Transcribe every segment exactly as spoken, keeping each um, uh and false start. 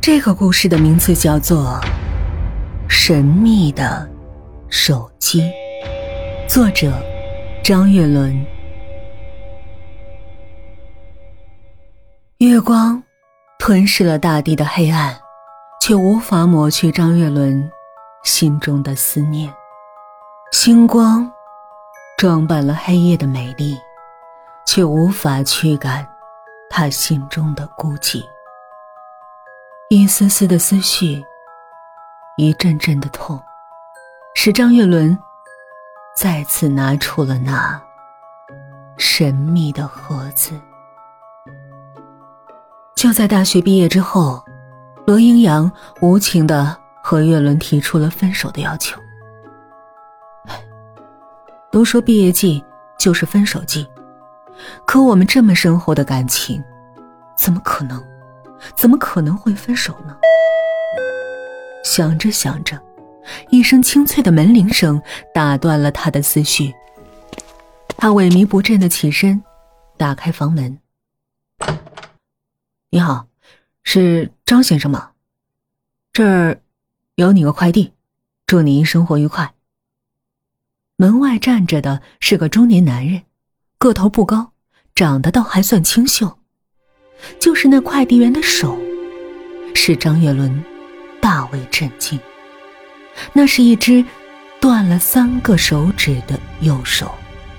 这个故事的名字叫做《神秘的手机》，作者张月伦。月光吞噬了大地的黑暗，却无法抹去张月伦心中的思念。星光装扮了黑夜的美丽，却无法驱赶他心中的孤寂。一丝丝的思绪，一阵阵的痛，使张月伦再次拿出了那神秘的盒子。就在大学毕业之后，罗英阳无情地和月伦提出了分手的要求。都说毕业季就是分手季，可我们这么深厚的感情，怎么可能怎么可能会分手呢？想着想着，一声清脆的门铃声打断了他的思绪。他萎靡不振地起身，打开房门。你好，是张先生吗？这儿有你个快递，祝你生活愉快。门外站着的是个中年男人，个头不高，长得倒还算清秀。就是那快递员的手，使张月伦大为震惊。那是一只断了三个手指的右手。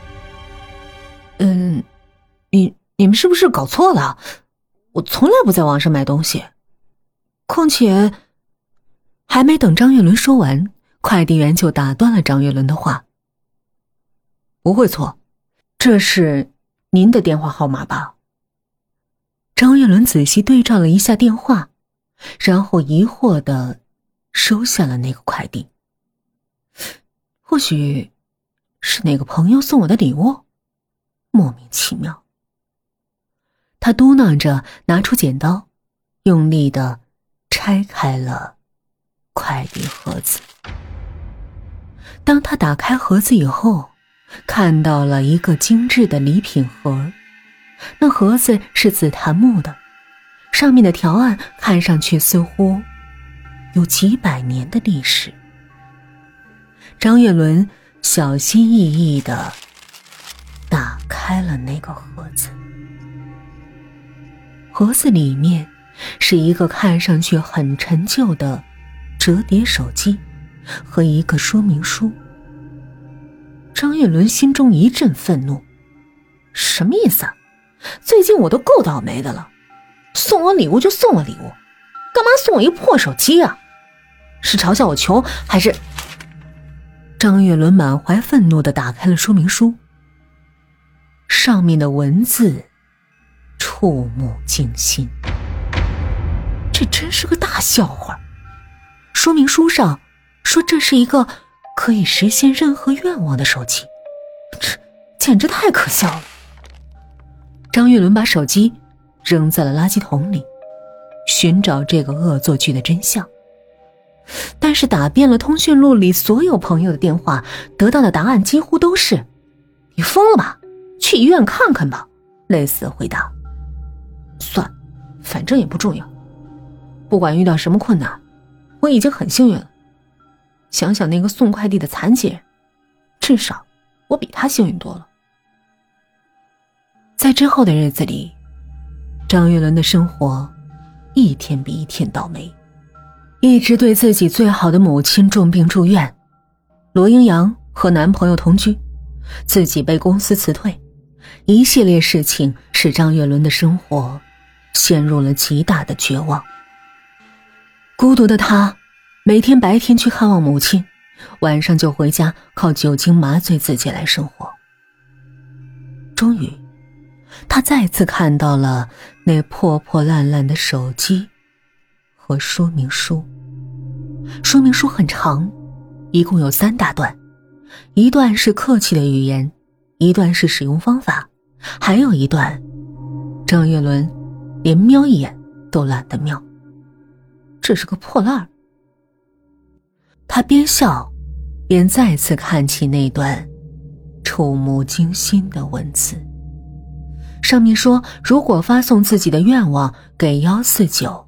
嗯，你你们是不是搞错了？我从来不在网上买东西。况且，还没等张月伦说完，快递员就打断了张月伦的话。不会错，这是您的电话号码吧？张月伦仔细对照了一下电话，然后疑惑地收下了那个快递。或许是哪个朋友送我的礼物，莫名其妙。他嘟囔着拿出剪刀，用力地拆开了快递盒子。当他打开盒子以后，看到了一个精致的礼品盒。那盒子是紫檀木的，上面的条案看上去似乎有几百年的历史。张月伦小心翼翼地打开了那个盒子。盒子里面是一个看上去很陈旧的折叠手机和一个说明书。张月伦心中一阵愤怒，什么意思啊？最近我都够倒霉的了，送我礼物就送我礼物，干嘛送我一破手机啊？是嘲笑我穷还是……张月伦满怀愤怒地打开了说明书，上面的文字触目惊心。这真是个大笑话。说明书上说这是一个可以实现任何愿望的手机，这简直太可笑了。张月伦把手机扔在了垃圾桶里，寻找这个恶作剧的真相。但是打遍了通讯录里所有朋友的电话，得到的答案几乎都是：你疯了吧？去医院看看吧。类似的回答。算，反正也不重要。不管遇到什么困难，我已经很幸运了。想想那个送快递的残疾人，至少我比他幸运多了。在之后的日子里，张月伦的生活一天比一天倒霉，一直对自己最好的母亲重病住院，罗英阳和男朋友同居，自己被公司辞退，一系列事情使张月伦的生活陷入了极大的绝望。孤独的他每天白天去看望母亲，晚上就回家靠酒精麻醉自己来生活。终于他再次看到了那破破烂烂的手机和说明书。说明书很长，一共有三大段，一段是客气的语言，一段是使用方法，还有一段张月伦连瞄一眼都懒得瞄。这是个破烂儿。他边笑边再次看起那段触目惊心的文字。上面说，如果发送自己的愿望给一四九，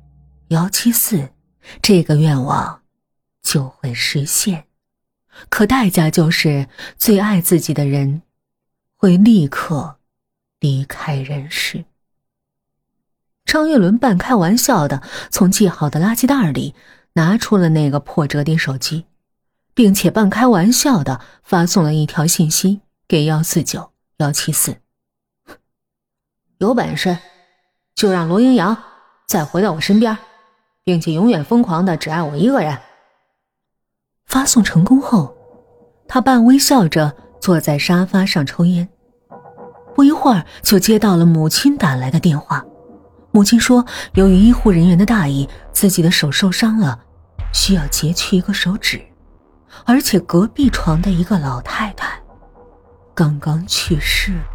幺七四，这个愿望就会实现，可代价就是最爱自己的人会立刻离开人世。张月伦半开玩笑的从系好的垃圾袋里拿出了那个破折叠手机，并且半开玩笑的发送了一条信息给幺四九、幺七四。有本事就让罗英阳再回到我身边，并且永远疯狂的只爱我一个人。发送成功后，他半微笑着坐在沙发上抽烟。不一会儿就接到了母亲打来的电话。母亲说，由于医护人员的大意，自己的手受伤了，需要截去一个手指，而且隔壁床的一个老太太刚刚去世了。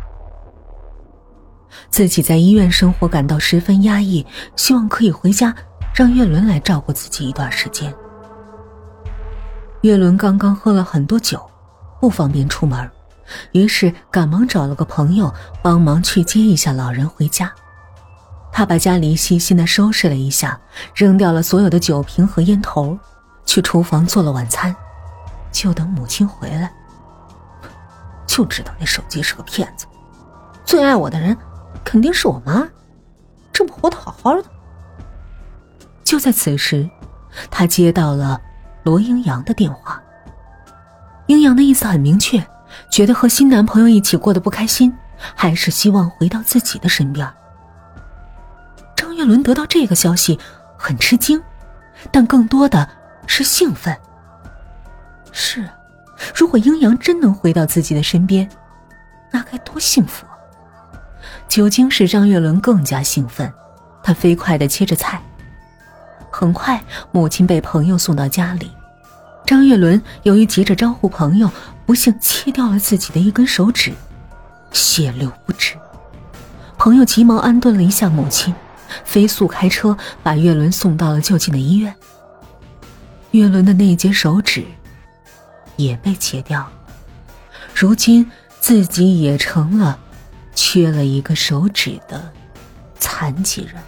自己在医院生活感到十分压抑，希望可以回家让月伦来照顾自己一段时间。月伦刚刚喝了很多酒，不方便出门，于是赶忙找了个朋友帮忙去接一下老人回家。他把家里细心地收拾了一下，扔掉了所有的酒瓶和烟头，去厨房做了晚餐，就等母亲回来。就知道那手机是个骗子，最爱我的人肯定是我妈，这不活得好好的。就在此时，他接到了罗英阳的电话。英阳的意思很明确，觉得和新男朋友一起过得不开心，还是希望回到自己的身边。张月伦得到这个消息很吃惊，但更多的是兴奋。是，如果英阳真能回到自己的身边，那该多幸福啊！酒精使张月伦更加兴奋，他飞快地切着菜。很快，母亲被朋友送到家里。张月伦由于急着招呼朋友，不幸切掉了自己的一根手指，血流不止。朋友急忙安顿了一下母亲，飞速开车把月伦送到了就近的医院。月伦的那截手指也被切掉了，如今自己也成了缺了一个手指的残疾人。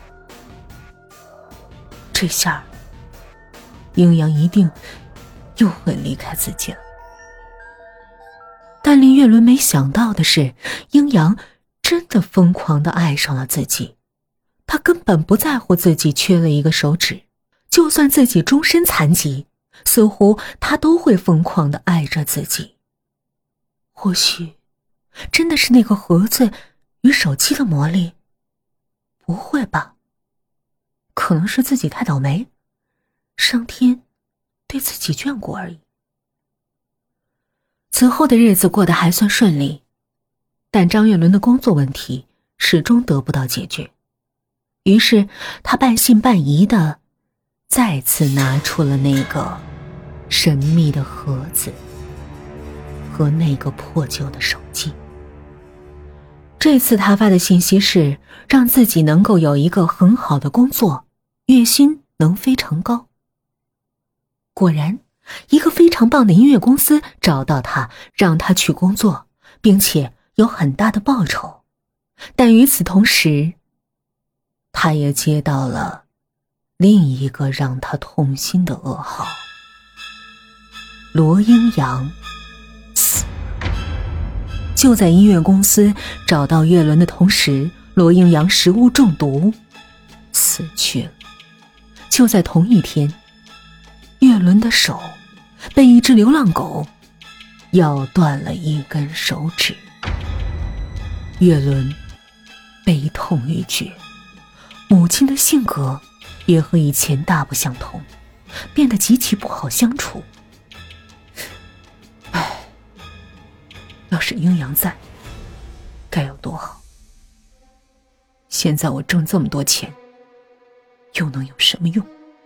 这下英阳一定又会离开自己了。但令月伦没想到的是，英阳真的疯狂地爱上了自己。他根本不在乎自己缺了一个手指，就算自己终身残疾，似乎他都会疯狂地爱着自己。或许真的是那个盒子与手机的魔力？不会吧，可能是自己太倒霉，上天对自己眷顾而已。此后的日子过得还算顺利，但张月伦的工作问题始终得不到解决。于是他半信半疑地再次拿出了那个神秘的盒子和那个破旧的手机。这次他发的信息是让自己能够有一个很好的工作，月薪能非常高。果然，一个非常棒的音乐公司找到他，让他去工作，并且有很大的报酬。但与此同时，他也接到了另一个让他痛心的噩耗：罗英阳死了。就在音乐公司找到月伦的同时，罗英阳食物中毒死去了。就在同一天，月伦的手被一只流浪狗咬断了一根手指。月伦悲痛欲绝，母亲的性格也和以前大不相同，变得极其不好相处。唉，要是英阳在，该有多好。现在我挣这么多钱，又能有什么用？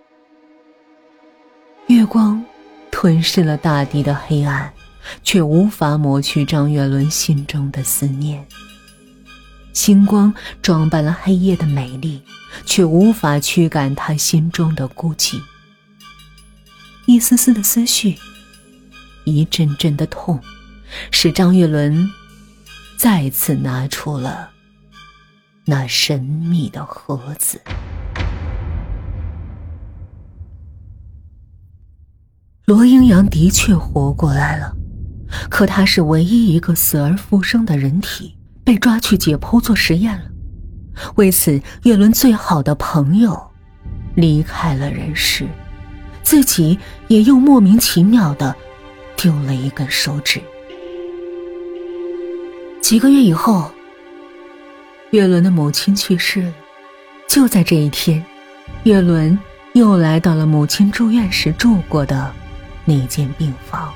月光吞噬了大地的黑暗，却无法抹去张月伦心中的思念。星光装扮了黑夜的美丽，却无法驱赶他心中的孤寂。一丝丝的思绪，一阵阵的痛，使张月伦再次拿出了那神秘的盒子。 罗英阳的确活过来了，可他是唯一一个死而复生的人体，被抓去解剖做实验了。为此，月伦最好的朋友离开了人世，自己也又莫名其妙地丢了一根手指。几个月以后，月伦的母亲去世了。就在这一天，月伦又来到了母亲住院时住过的那间病房。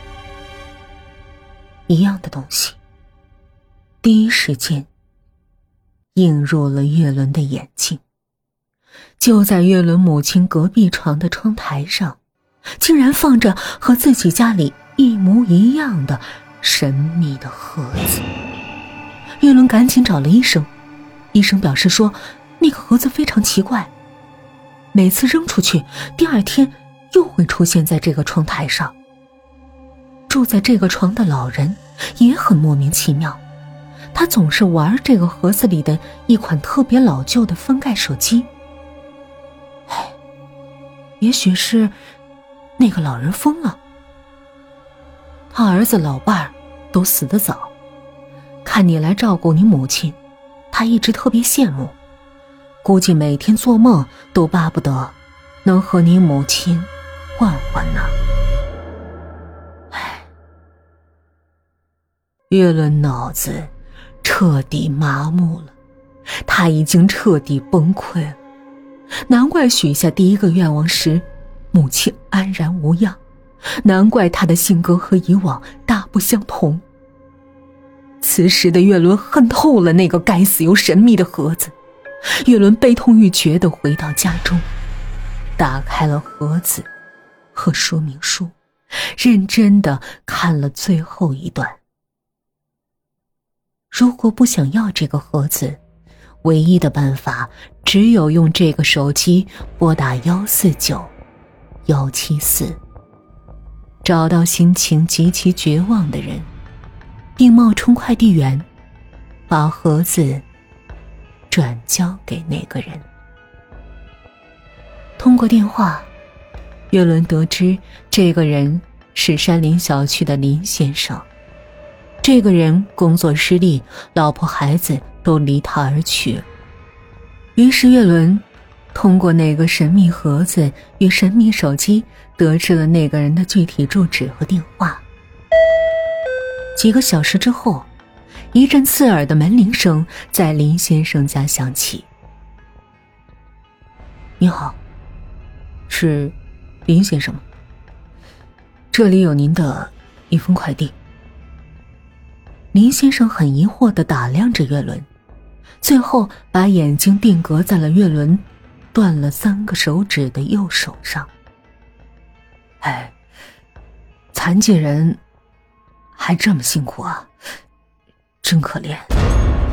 一样的东西，第一时间映入了月伦的眼睛。就在月伦母亲隔壁床的窗台上，竟然放着和自己家里一模一样的神秘的盒子。月伦赶紧找了医生，医生表示说那个盒子非常奇怪，每次扔出去，第二天又会出现在这个窗台上。住在这个床的老人也很莫名其妙，他总是玩这个盒子里的一款特别老旧的翻盖手机。唉，也许是那个老人疯了。他儿子老伴儿都死得早，看你来照顾你母亲，他一直特别羡慕，估计每天做梦都巴不得能和你母亲换换呢。唉，月伦脑子彻底麻木了，他已经彻底崩溃了。难怪许下第一个愿望时母亲安然无恙，难怪他的性格和以往大不相同。此时的月伦恨透了那个该死又神秘的盒子。月伦悲痛欲绝地回到家中，打开了盒子和说明书，认真地看了最后一段。如果不想要这个盒子，唯一的办法只有用这个手机拨打一四九一七四，找到心情极其绝望的人，并冒充快递员，把盒子转交给那个人。通过电话，月伦得知这个人是山林小区的林先生。这个人工作失利，老婆孩子都离他而去了。于是月伦通过那个神秘盒子与神秘手机得知了那个人的具体住址和电话。几个小时之后，一阵刺耳的门铃声在林先生家响起。你好，是林先生吗？这里有您的一封快递。林先生很疑惑地打量着月伦，最后把眼睛定格在了月伦断了三个手指的右手上。哎，残疾人还这么辛苦啊，真可怜。